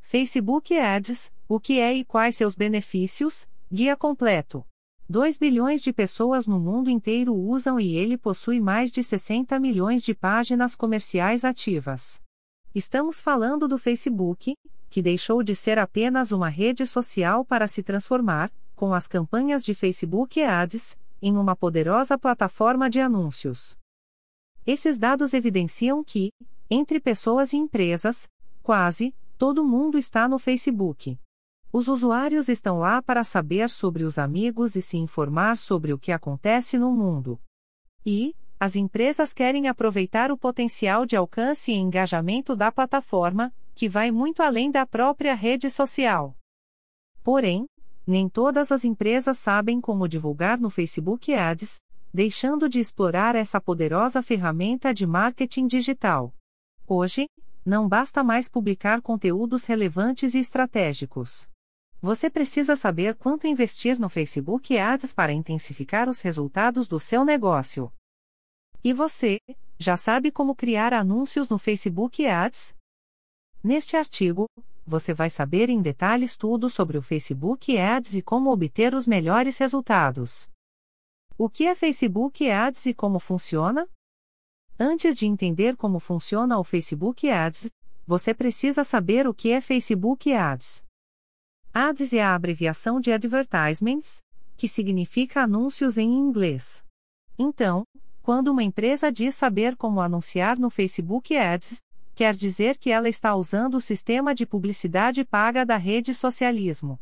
Facebook Ads, o que é e quais seus benefícios? Guia completo. 2 bilhões de pessoas no mundo inteiro usam e ele possui mais de 60 milhões de páginas comerciais ativas. Estamos falando do Facebook, que deixou de ser apenas uma rede social para se transformar, com as campanhas de Facebook Ads, em uma poderosa plataforma de anúncios. Esses dados evidenciam que, entre pessoas e empresas, quase todo mundo está no Facebook. Os usuários estão lá para saber sobre os amigos e se informar sobre o que acontece no mundo. E, as empresas querem aproveitar o potencial de alcance e engajamento da plataforma, que vai muito além da própria rede social. Porém, nem todas as empresas sabem como divulgar no Facebook Ads, deixando de explorar essa poderosa ferramenta de marketing digital. Hoje, não basta mais publicar conteúdos relevantes e estratégicos. Você precisa saber quanto investir no Facebook Ads para intensificar os resultados do seu negócio. E você, já sabe como criar anúncios no Facebook Ads? Neste artigo, você vai saber em detalhes tudo sobre o Facebook Ads e como obter os melhores resultados. O que é Facebook Ads e como funciona? Antes de entender como funciona o Facebook Ads, você precisa saber o que é Facebook Ads. Ads é a abreviação de Advertisements, que significa anúncios em inglês. Então, quando uma empresa diz saber como anunciar no Facebook Ads, quer dizer que ela está usando o sistema de publicidade paga da rede socialismo.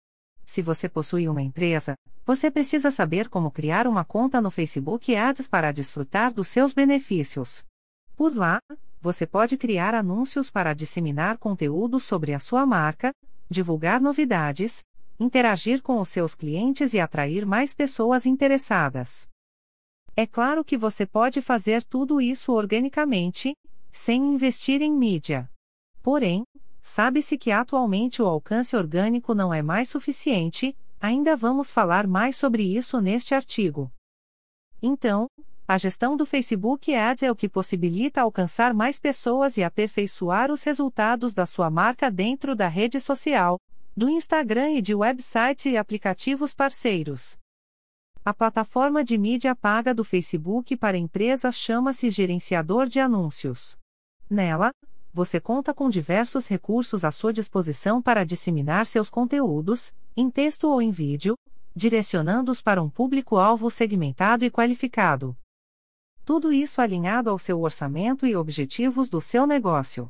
Se você possui uma empresa, você precisa saber como criar uma conta no Facebook Ads para desfrutar dos seus benefícios. Por lá, você pode criar anúncios para disseminar conteúdo sobre a sua marca, divulgar novidades, interagir com os seus clientes e atrair mais pessoas interessadas. É claro que você pode fazer tudo isso organicamente, sem investir em mídia. Porém, sabe-se que atualmente o alcance orgânico não é mais suficiente, ainda vamos falar mais sobre isso neste artigo. Então, a gestão do Facebook Ads é o que possibilita alcançar mais pessoas e aperfeiçoar os resultados da sua marca dentro da rede social, do Instagram e de websites e aplicativos parceiros. A plataforma de mídia paga do Facebook para empresas chama-se Gerenciador de Anúncios. Nela, você conta com diversos recursos à sua disposição para disseminar seus conteúdos, em texto ou em vídeo, direcionando-os para um público-alvo segmentado e qualificado. Tudo isso alinhado ao seu orçamento e objetivos do seu negócio.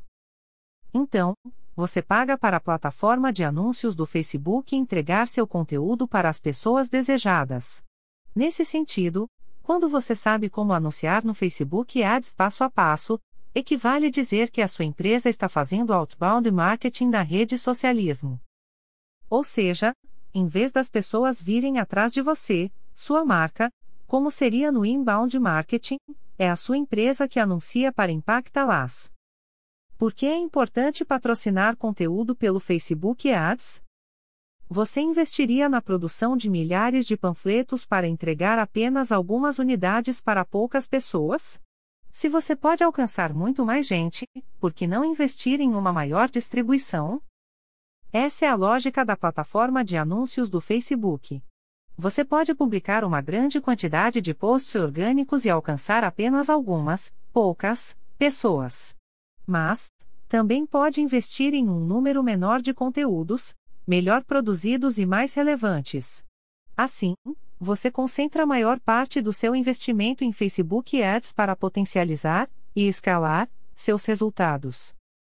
Então, você paga para a plataforma de anúncios do Facebook entregar seu conteúdo para as pessoas desejadas. Nesse sentido, quando você sabe como anunciar no Facebook Ads passo a passo, equivale dizer que a sua empresa está fazendo outbound marketing na rede socialismo. Ou seja, em vez das pessoas virem atrás de você, sua marca, como seria no inbound marketing, é a sua empresa que anuncia para impactá-las. Por que é importante patrocinar conteúdo pelo Facebook Ads? Você investiria na produção de milhares de panfletos para entregar apenas algumas unidades para poucas pessoas? Se você pode alcançar muito mais gente, por que não investir em uma maior distribuição? Essa é a lógica da plataforma de anúncios do Facebook. Você pode publicar uma grande quantidade de posts orgânicos e alcançar apenas algumas, poucas, pessoas. Mas, também pode investir em um número menor de conteúdos, melhor produzidos e mais relevantes. Assim, você concentra a maior parte do seu investimento em Facebook Ads para potencializar e escalar seus resultados.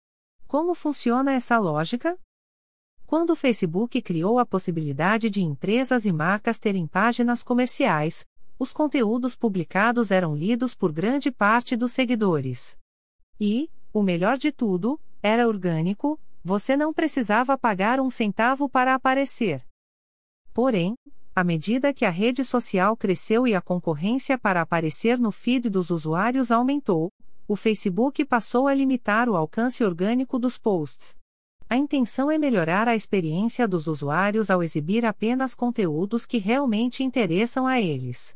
Como funciona essa lógica? Quando o Facebook criou a possibilidade de empresas e marcas terem páginas comerciais, os conteúdos publicados eram lidos por grande parte dos seguidores. E, o melhor de tudo, era orgânico, você não precisava pagar um centavo para aparecer. Porém, à medida que a rede social cresceu e a concorrência para aparecer no feed dos usuários aumentou, o Facebook passou a limitar o alcance orgânico dos posts. A intenção é melhorar a experiência dos usuários ao exibir apenas conteúdos que realmente interessam a eles.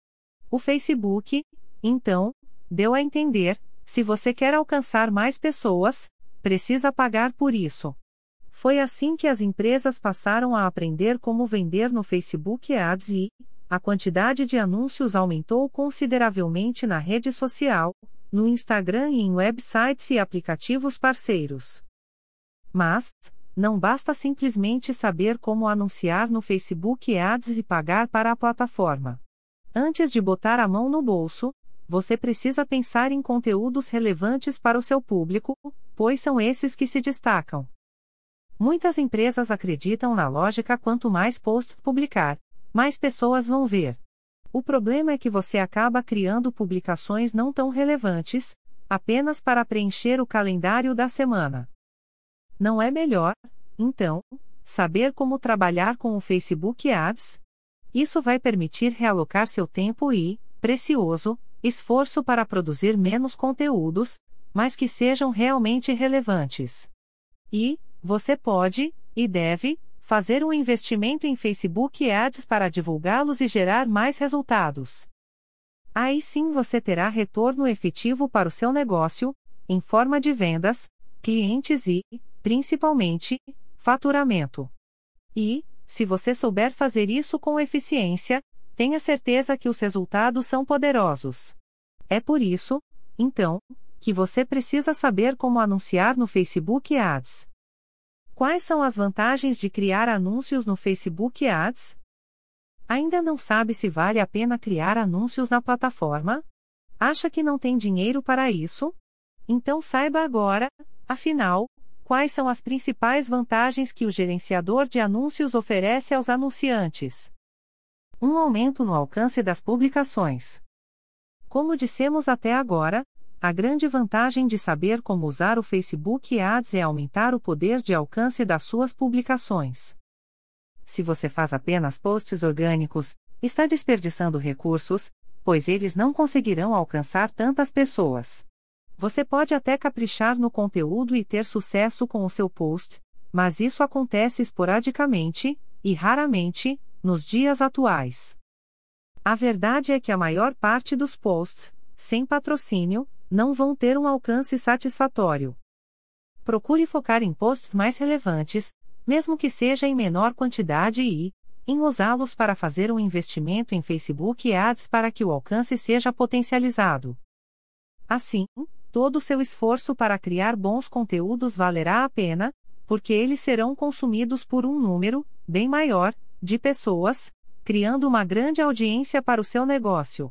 O Facebook, então, deu a entender: se você quer alcançar mais pessoas, precisa pagar por isso. Foi assim que as empresas passaram a aprender como vender no Facebook Ads e a quantidade de anúncios aumentou consideravelmente na rede social, no Instagram e em websites e aplicativos parceiros. Mas, não basta simplesmente saber como anunciar no Facebook Ads e pagar para a plataforma. Antes de botar a mão no bolso, você precisa pensar em conteúdos relevantes para o seu público, pois são esses que se destacam. Muitas empresas acreditam na lógica: quanto mais posts publicar, mais pessoas vão ver. O problema é que você acaba criando publicações não tão relevantes, apenas para preencher o calendário da semana. Não é melhor, então, saber como trabalhar com o Facebook Ads? Isso vai permitir realocar seu tempo e, precioso, esforço para produzir menos conteúdos, mas que sejam realmente relevantes. E, você pode, e deve, fazer um investimento em Facebook Ads para divulgá-los e gerar mais resultados. Aí sim você terá retorno efetivo para o seu negócio, em forma de vendas, clientes e, principalmente, faturamento. E, se você souber fazer isso com eficiência, tenha certeza que os resultados são poderosos. É por isso, então, que você precisa saber como anunciar no Facebook Ads. Quais são as vantagens de criar anúncios no Facebook Ads? Ainda não sabe se vale a pena criar anúncios na plataforma? Acha que não tem dinheiro para isso? Então saiba agora, afinal, quais são as principais vantagens que o gerenciador de anúncios oferece aos anunciantes. Um aumento no alcance das publicações. Como dissemos até agora, a grande vantagem de saber como usar o Facebook Ads é aumentar o poder de alcance das suas publicações. Se você faz apenas posts orgânicos, está desperdiçando recursos, pois eles não conseguirão alcançar tantas pessoas. Você pode até caprichar no conteúdo e ter sucesso com o seu post, mas isso acontece esporadicamente, e raramente, nos dias atuais. A verdade é que a maior parte dos posts, sem patrocínio, não vão ter um alcance satisfatório. Procure focar em posts mais relevantes, mesmo que seja em menor quantidade e, em usá-los para fazer um investimento em Facebook Ads para que o alcance seja potencializado. Assim, todo o seu esforço para criar bons conteúdos valerá a pena, porque eles serão consumidos por um número, bem maior, de pessoas, criando uma grande audiência para o seu negócio.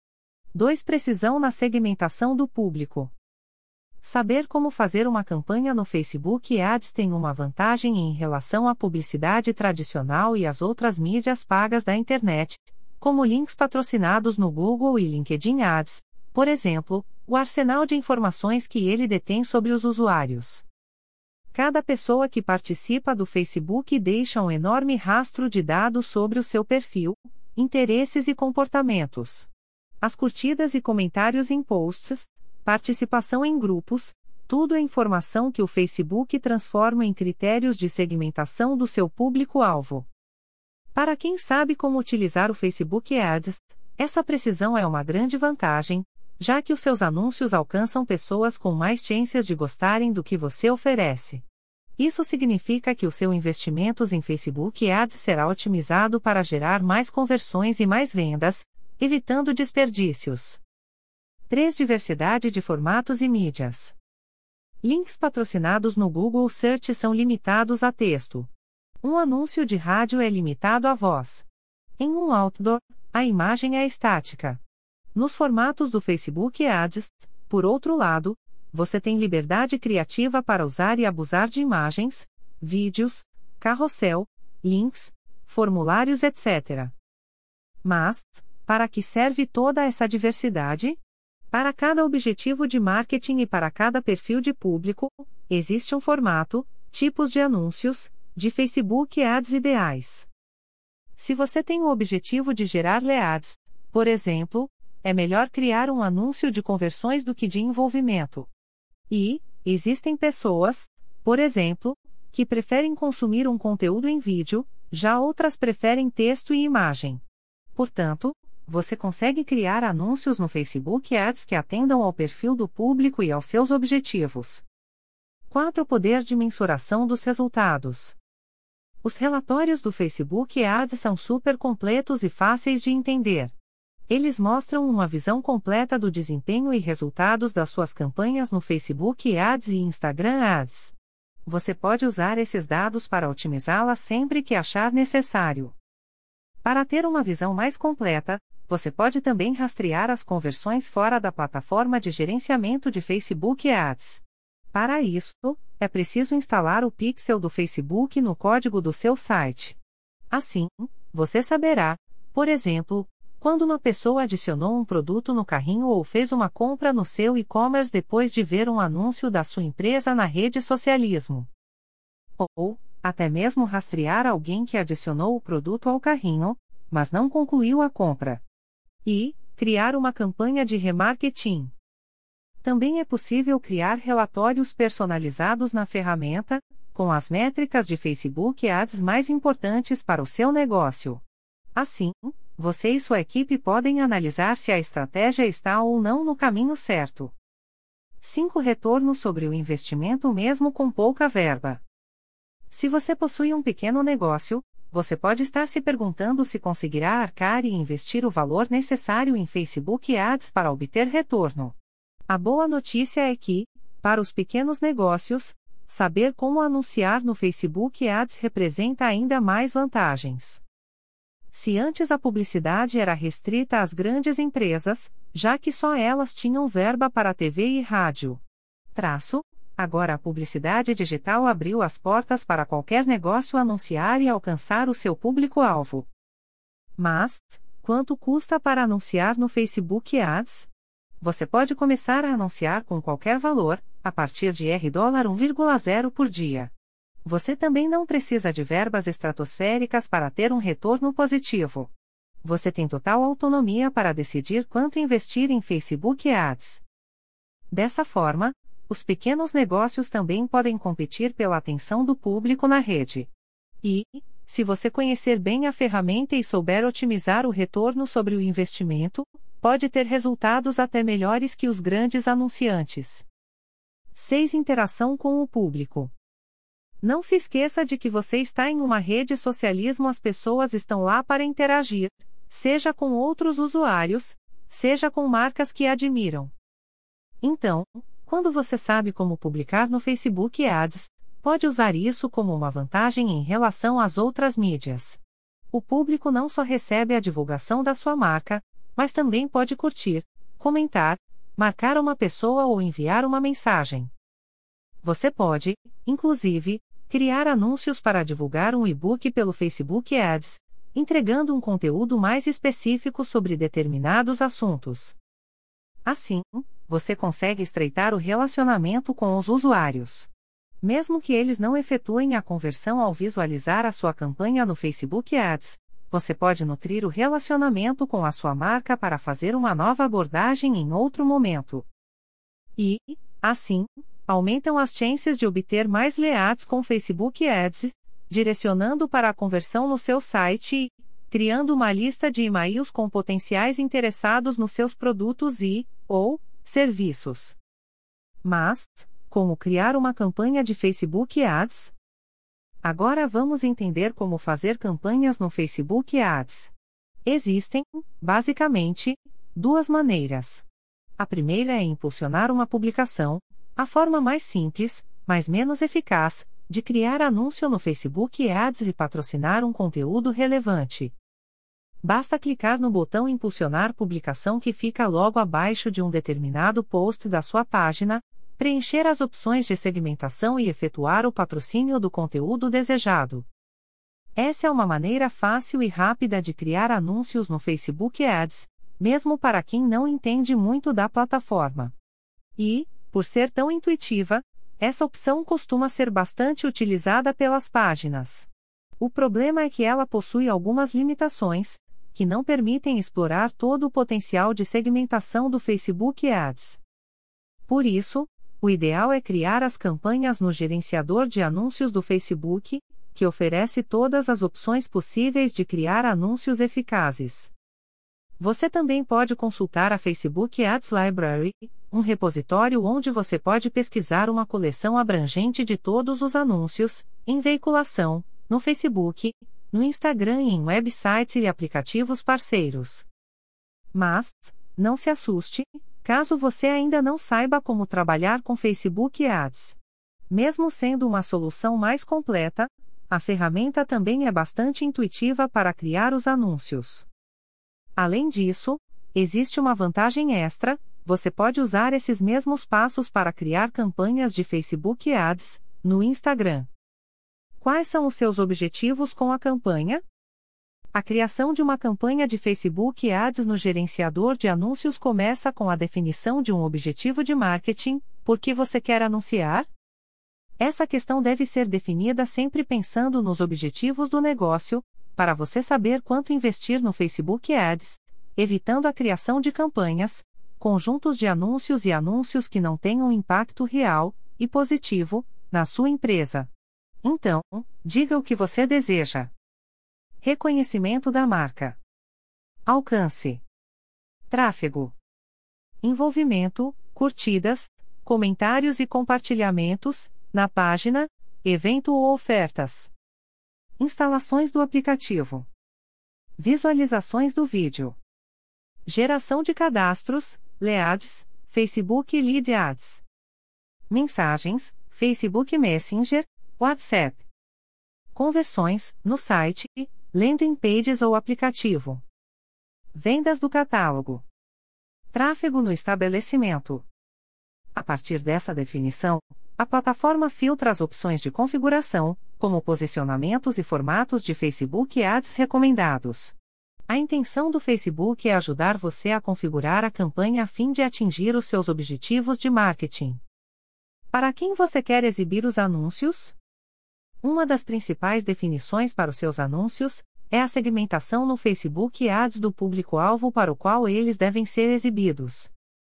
2. Precisão na segmentação do público. Saber como fazer uma campanha no Facebook Ads tem uma vantagem em relação à publicidade tradicional e às outras mídias pagas da internet, como links patrocinados no Google e LinkedIn Ads, por exemplo, o arsenal de informações que ele detém sobre os usuários. Cada pessoa que participa do Facebook deixa um enorme rastro de dados sobre o seu perfil, interesses e comportamentos. As curtidas e comentários em posts, participação em grupos, tudo é informação que o Facebook transforma em critérios de segmentação do seu público-alvo. Para quem sabe como utilizar o Facebook Ads, essa precisão é uma grande vantagem, já que os seus anúncios alcançam pessoas com mais chances de gostarem do que você oferece. Isso significa que o seu investimento em Facebook Ads será otimizado para gerar mais conversões e mais vendas, evitando desperdícios. 3. Diversidade de formatos e mídias. Links patrocinados no Google Search são limitados a texto. Um anúncio de rádio é limitado à voz. Em um outdoor, a imagem é estática. Nos formatos do Facebook Ads, por outro lado, você tem liberdade criativa para usar e abusar de imagens, vídeos, carrossel, links, formulários, etc. Mas, para que serve toda essa diversidade? Para cada objetivo de marketing e para cada perfil de público, existe um formato, tipos de anúncios, de Facebook Ads ideais. Se você tem o objetivo de gerar leads, por exemplo, é melhor criar um anúncio de conversões do que de envolvimento. E, existem pessoas, por exemplo, que preferem consumir um conteúdo em vídeo, já outras preferem texto e imagem. Portanto, você consegue criar anúncios no Facebook Ads que atendam ao perfil do público e aos seus objetivos. 4. Poder de mensuração dos resultados. Os relatórios do Facebook Ads são super completos e fáceis de entender. Eles mostram uma visão completa do desempenho e resultados das suas campanhas no Facebook Ads e Instagram Ads. Você pode usar esses dados para otimizá-las sempre que achar necessário. Para ter uma visão mais completa, você pode também rastrear as conversões fora da plataforma de gerenciamento de Facebook Ads. Para isso, é preciso instalar o pixel do Facebook no código do seu site. Assim, você saberá, por exemplo, quando uma pessoa adicionou um produto no carrinho ou fez uma compra no seu e-commerce depois de ver um anúncio da sua empresa na rede socialismo. Ou, até mesmo rastrear alguém que adicionou o produto ao carrinho, mas não concluiu a compra. E, criar uma campanha de remarketing. Também é possível criar relatórios personalizados na ferramenta, com as métricas de Facebook Ads mais importantes para o seu negócio. Assim, você e sua equipe podem analisar se a estratégia está ou não no caminho certo. 5. Retorno sobre o investimento mesmo com pouca verba. Se você possui um pequeno negócio, você pode estar se perguntando se conseguirá arcar e investir o valor necessário em Facebook Ads para obter retorno. A boa notícia é que, para os pequenos negócios, saber como anunciar no Facebook Ads representa ainda mais vantagens. Se antes a publicidade era restrita às grandes empresas, já que só elas tinham verba para TV e rádio. Agora a publicidade digital abriu as portas para qualquer negócio anunciar e alcançar o seu público-alvo. Mas, quanto custa para anunciar no Facebook Ads? Você pode começar a anunciar com qualquer valor, a partir de $1,0 por dia. Você também não precisa de verbas estratosféricas para ter um retorno positivo. Você tem total autonomia para decidir quanto investir em Facebook Ads. Dessa forma, os pequenos negócios também podem competir pela atenção do público na rede. E, se você conhecer bem a ferramenta e souber otimizar o retorno sobre o investimento, pode ter resultados até melhores que os grandes anunciantes. 6. Interação com o público. Não se esqueça de que você está em uma rede socialismo, as pessoas estão lá para interagir, seja com outros usuários, seja com marcas que admiram. Então, quando você sabe como publicar no Facebook Ads, pode usar isso como uma vantagem em relação às outras mídias. O público não só recebe a divulgação da sua marca, mas também pode curtir, comentar, marcar uma pessoa ou enviar uma mensagem. Você pode, inclusive, criar anúncios para divulgar um e-book pelo Facebook Ads, entregando um conteúdo mais específico sobre determinados assuntos. Assim, você consegue estreitar o relacionamento com os usuários. Mesmo que eles não efetuem a conversão ao visualizar a sua campanha no Facebook Ads, você pode nutrir o relacionamento com a sua marca para fazer uma nova abordagem em outro momento. E, assim, aumentam as chances de obter mais leads com Facebook Ads, direcionando para a conversão no seu site e criando uma lista de e-mails com potenciais interessados nos seus produtos ou serviços. Mas, como criar uma campanha de Facebook Ads? Agora vamos entender como fazer campanhas no Facebook Ads. Existem, basicamente, duas maneiras. A primeira é impulsionar uma publicação, a forma mais simples, mas menos eficaz, de criar anúncio no Facebook Ads e patrocinar um conteúdo relevante. Basta clicar no botão Impulsionar publicação que fica logo abaixo de um determinado post da sua página, preencher as opções de segmentação e efetuar o patrocínio do conteúdo desejado. Essa é uma maneira fácil e rápida de criar anúncios no Facebook Ads, mesmo para quem não entende muito da plataforma. E, por ser tão intuitiva, essa opção costuma ser bastante utilizada pelas páginas. O problema é que ela possui algumas limitações, que não permitem explorar todo o potencial de segmentação do Facebook Ads. Por isso, o ideal é criar as campanhas no gerenciador de anúncios do Facebook, que oferece todas as opções possíveis de criar anúncios eficazes. Você também pode consultar a Facebook Ads Library, um repositório onde você pode pesquisar uma coleção abrangente de todos os anúncios, em veiculação, no Facebook, no Instagram e em websites e aplicativos parceiros. Mas, não se assuste, caso você ainda não saiba como trabalhar com Facebook Ads. Mesmo sendo uma solução mais completa, a ferramenta também é bastante intuitiva para criar os anúncios. Além disso, existe uma vantagem extra: você pode usar esses mesmos passos para criar campanhas de Facebook Ads no Instagram. Quais são os seus objetivos com a campanha? A criação de uma campanha de Facebook Ads no gerenciador de anúncios começa com a definição de um objetivo de marketing. Por que você quer anunciar? Essa questão deve ser definida sempre pensando nos objetivos do negócio, para você saber quanto investir no Facebook Ads, evitando a criação de campanhas, conjuntos de anúncios e anúncios que não tenham impacto real e positivo na sua empresa. Então, diga o que você deseja. Reconhecimento da marca. Alcance. Tráfego. Envolvimento, curtidas, comentários e compartilhamentos, na página, evento ou ofertas. Instalações do aplicativo. Visualizações do vídeo. Geração de cadastros, leads, Facebook Lead Ads. Mensagens, Facebook Messenger, WhatsApp. Conversões, no site, landing pages ou aplicativo. Vendas do catálogo. Tráfego no estabelecimento. A partir dessa definição, a plataforma filtra as opções de configuração, como posicionamentos e formatos de Facebook Ads recomendados. A intenção do Facebook é ajudar você a configurar a campanha a fim de atingir os seus objetivos de marketing. Para quem você quer exibir os anúncios? Uma das principais definições para os seus anúncios é a segmentação no Facebook Ads do público-alvo para o qual eles devem ser exibidos.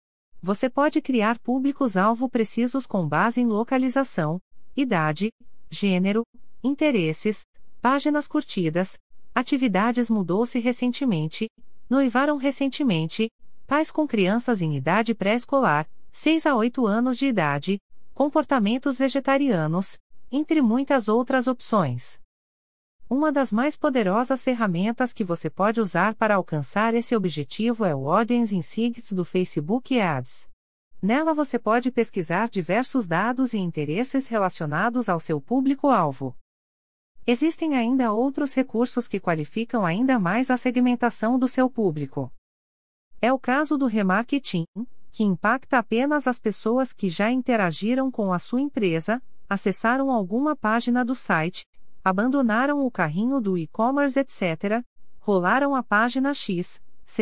Você pode criar públicos-alvo precisos com base em localização, idade, gênero, interesses, páginas curtidas, atividades mudou-se recentemente, noivaram recentemente, pais com crianças em idade pré-escolar, 6 a 8 anos de idade, comportamentos vegetarianos, entre muitas outras opções. Uma das mais poderosas ferramentas que você pode usar para alcançar esse objetivo é o Audience Insights do Facebook Ads. Nela você pode pesquisar diversos dados e interesses relacionados ao seu público-alvo. Existem ainda outros recursos que qualificam ainda mais a segmentação do seu público. É o caso do remarketing, que impacta apenas as pessoas que já interagiram com a sua empresa, acessaram alguma página do site, abandonaram o carrinho do e-commerce, etc., rolaram a página X,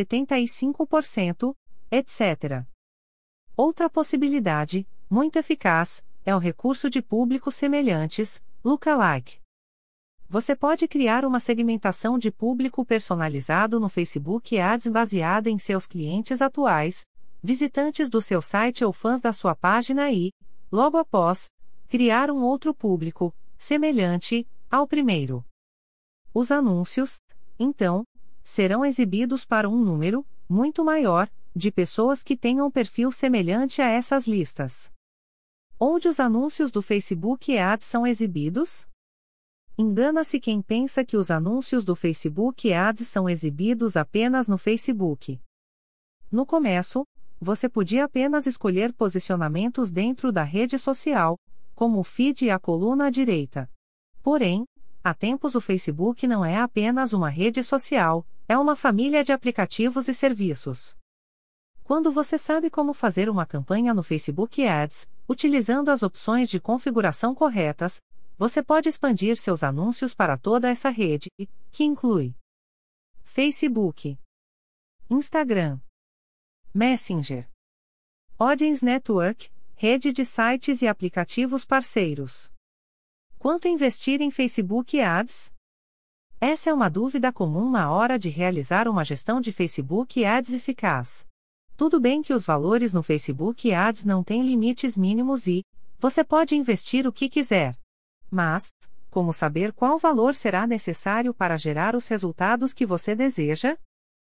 75%, etc. Outra possibilidade, muito eficaz, é o recurso de públicos semelhantes, lookalike. Você pode criar uma segmentação de público personalizado no Facebook Ads baseada em seus clientes atuais, visitantes do seu site ou fãs da sua página e, logo após, criar um outro público, semelhante, ao primeiro. Os anúncios, então, serão exibidos para um número, muito maior, de pessoas que tenham perfil semelhante a essas listas. Onde os anúncios do Facebook Ads são exibidos? Engana-se quem pensa que os anúncios do Facebook Ads são exibidos apenas no Facebook. No começo, você podia apenas escolher posicionamentos dentro da rede social, como o feed e a coluna à direita. Porém, há tempos o Facebook não é apenas uma rede social, é uma família de aplicativos e serviços. Quando você sabe como fazer uma campanha no Facebook Ads, utilizando as opções de configuração corretas, você pode expandir seus anúncios para toda essa rede, que inclui Facebook, Instagram, Messenger, Audience Network, rede de sites e aplicativos parceiros. Quanto investir em Facebook Ads? Essa é uma dúvida comum na hora de realizar uma gestão de Facebook Ads eficaz. Tudo bem que os valores no Facebook Ads não têm limites mínimos e você pode investir o que quiser. Mas, como saber qual valor será necessário para gerar os resultados que você deseja?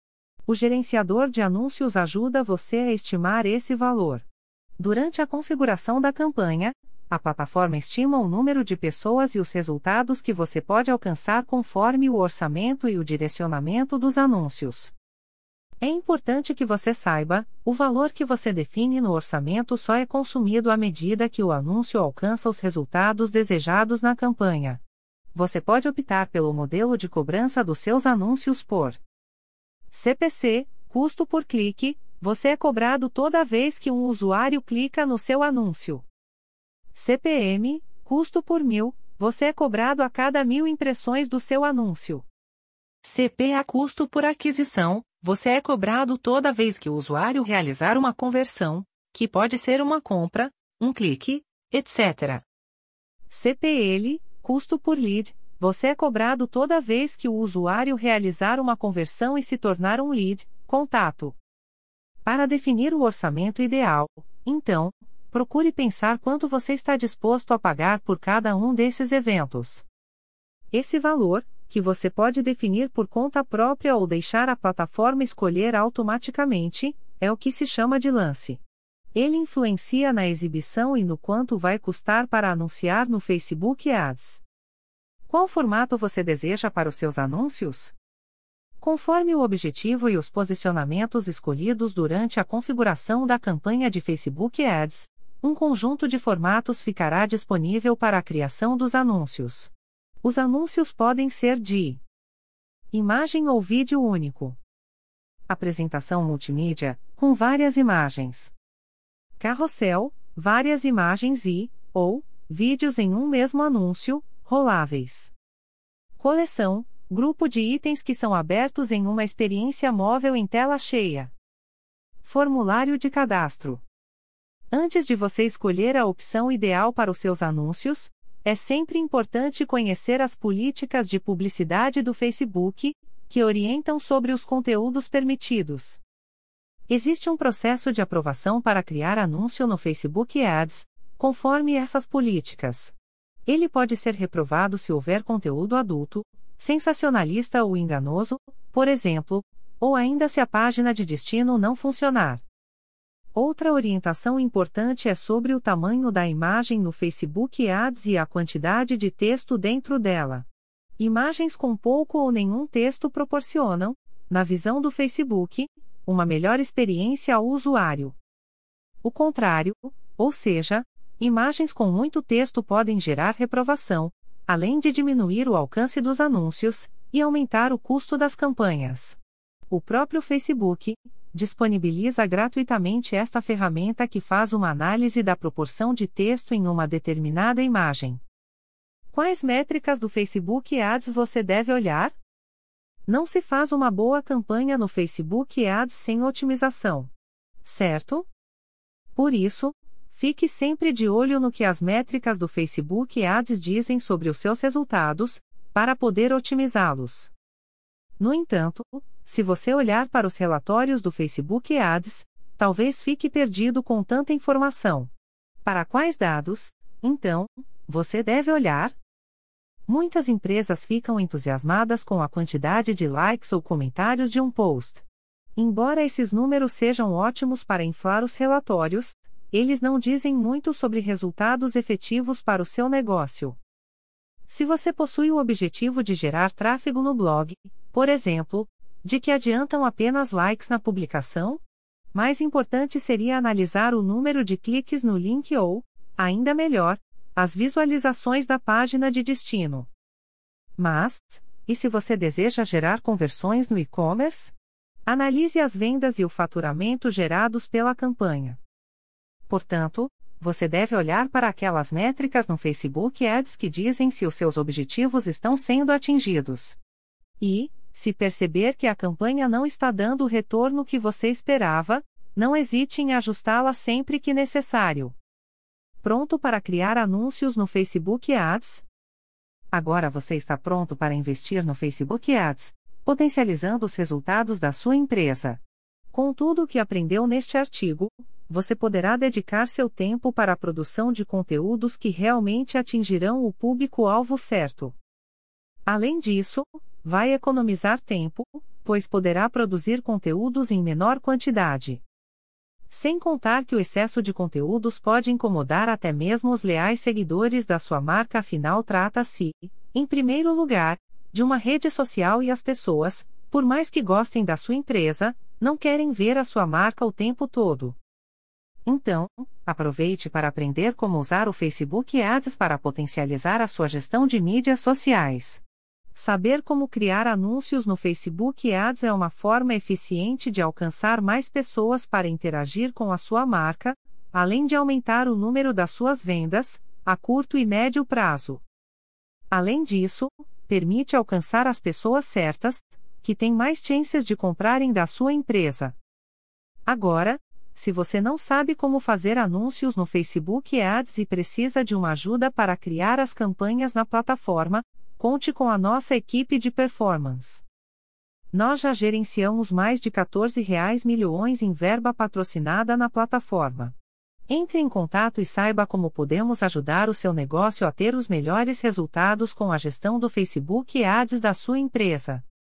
O gerenciador de anúncios ajuda você a estimar esse valor. Durante a configuração da campanha, a plataforma estima o número de pessoas e os resultados que você pode alcançar conforme o orçamento e o direcionamento dos anúncios. É importante que você saiba, o valor que você define no orçamento só é consumido à medida que o anúncio alcança os resultados desejados na campanha. Você pode optar pelo modelo de cobrança dos seus anúncios por CPC, custo por clique, você é cobrado toda vez que um usuário clica no seu anúncio. CPM, custo por 1.000, você é cobrado a cada 1.000 impressões do seu anúncio. CPA, custo por aquisição, você é cobrado toda vez que o usuário realizar uma conversão, que pode ser uma compra, um clique, etc. CPL, custo por lead, você é cobrado toda vez que o usuário realizar uma conversão e se tornar um lead, contato. Para definir o orçamento ideal, então, procure pensar quanto você está disposto a pagar por cada um desses eventos. Esse valor, que você pode definir por conta própria ou deixar a plataforma escolher automaticamente, é o que se chama de lance. Ele influencia na exibição e no quanto vai custar para anunciar no Facebook Ads. Qual formato você deseja para os seus anúncios? Conforme o objetivo e os posicionamentos escolhidos durante a configuração da campanha de Facebook Ads, um conjunto de formatos ficará disponível para a criação dos anúncios. Os anúncios podem ser de imagem ou vídeo único, apresentação multimídia, com várias imagens, carrossel, várias imagens ou vídeos em um mesmo anúncio, roláveis, coleção, grupo de itens que são abertos em uma experiência móvel em tela cheia, formulário de cadastro. Antes de você escolher a opção ideal para os seus anúncios, é sempre importante conhecer as políticas de publicidade do Facebook, que orientam sobre os conteúdos permitidos. Existe um processo de aprovação para criar anúncio no Facebook Ads, conforme essas políticas. Ele pode ser reprovado se houver conteúdo adulto, sensacionalista ou enganoso, por exemplo, ou ainda se a página de destino não funcionar. Outra orientação importante é sobre o tamanho da imagem no Facebook Ads e a quantidade de texto dentro dela. Imagens com pouco ou nenhum texto proporcionam, na visão do Facebook, uma melhor experiência ao usuário. O contrário, ou seja, imagens com muito texto podem gerar reprovação, além de diminuir o alcance dos anúncios e aumentar o custo das campanhas. O próprio Facebook disponibiliza gratuitamente esta ferramenta que faz uma análise da proporção de texto em uma determinada imagem. Quais métricas do Facebook Ads você deve olhar? Não se faz uma boa campanha no Facebook Ads sem otimização, certo? Por isso, fique sempre de olho no que as métricas do Facebook Ads dizem sobre os seus resultados, para poder otimizá-los. No entanto, se você olhar para os relatórios do Facebook Ads, talvez fique perdido com tanta informação. Para quais dados, então, você deve olhar? Muitas empresas ficam entusiasmadas com a quantidade de likes ou comentários de um post. Embora esses números sejam ótimos para inflar os relatórios, eles não dizem muito sobre resultados efetivos para o seu negócio. Se você possui o objetivo de gerar tráfego no blog, por exemplo, de que adiantam apenas likes na publicação? Mais importante seria analisar o número de cliques no link ou, ainda melhor, as visualizações da página de destino. Mas, e se você deseja gerar conversões no e-commerce? Analise as vendas e o faturamento gerados pela campanha. Portanto, você deve olhar para aquelas métricas no Facebook Ads que dizem se os seus objetivos estão sendo atingidos. E, se perceber que a campanha não está dando o retorno que você esperava, não hesite em ajustá-la sempre que necessário. Pronto para criar anúncios no Facebook Ads? Agora você está pronto para investir no Facebook Ads, potencializando os resultados da sua empresa. Com tudo o que aprendeu neste artigo, você poderá dedicar seu tempo para a produção de conteúdos que realmente atingirão o público-alvo certo. Além disso, vai economizar tempo, pois poderá produzir conteúdos em menor quantidade. Sem contar que o excesso de conteúdos pode incomodar até mesmo os leais seguidores da sua marca, afinal trata-se, em primeiro lugar, de uma rede social e as pessoas, por mais que gostem da sua empresa, não querem ver a sua marca o tempo todo. Então, aproveite para aprender como usar o Facebook Ads para potencializar a sua gestão de mídias sociais. Saber como criar anúncios no Facebook Ads é uma forma eficiente de alcançar mais pessoas para interagir com a sua marca, além de aumentar o número das suas vendas, a curto e médio prazo. Além disso, permite alcançar as pessoas certas, que têm mais chances de comprarem da sua empresa. Agora, se você não sabe como fazer anúncios no Facebook Ads e precisa de uma ajuda para criar as campanhas na plataforma, conte com a nossa equipe de performance. Nós já gerenciamos mais de R$ 14 milhões em verba patrocinada na plataforma. Entre em contato e saiba como podemos ajudar o seu negócio a ter os melhores resultados com a gestão do Facebook Ads da sua empresa.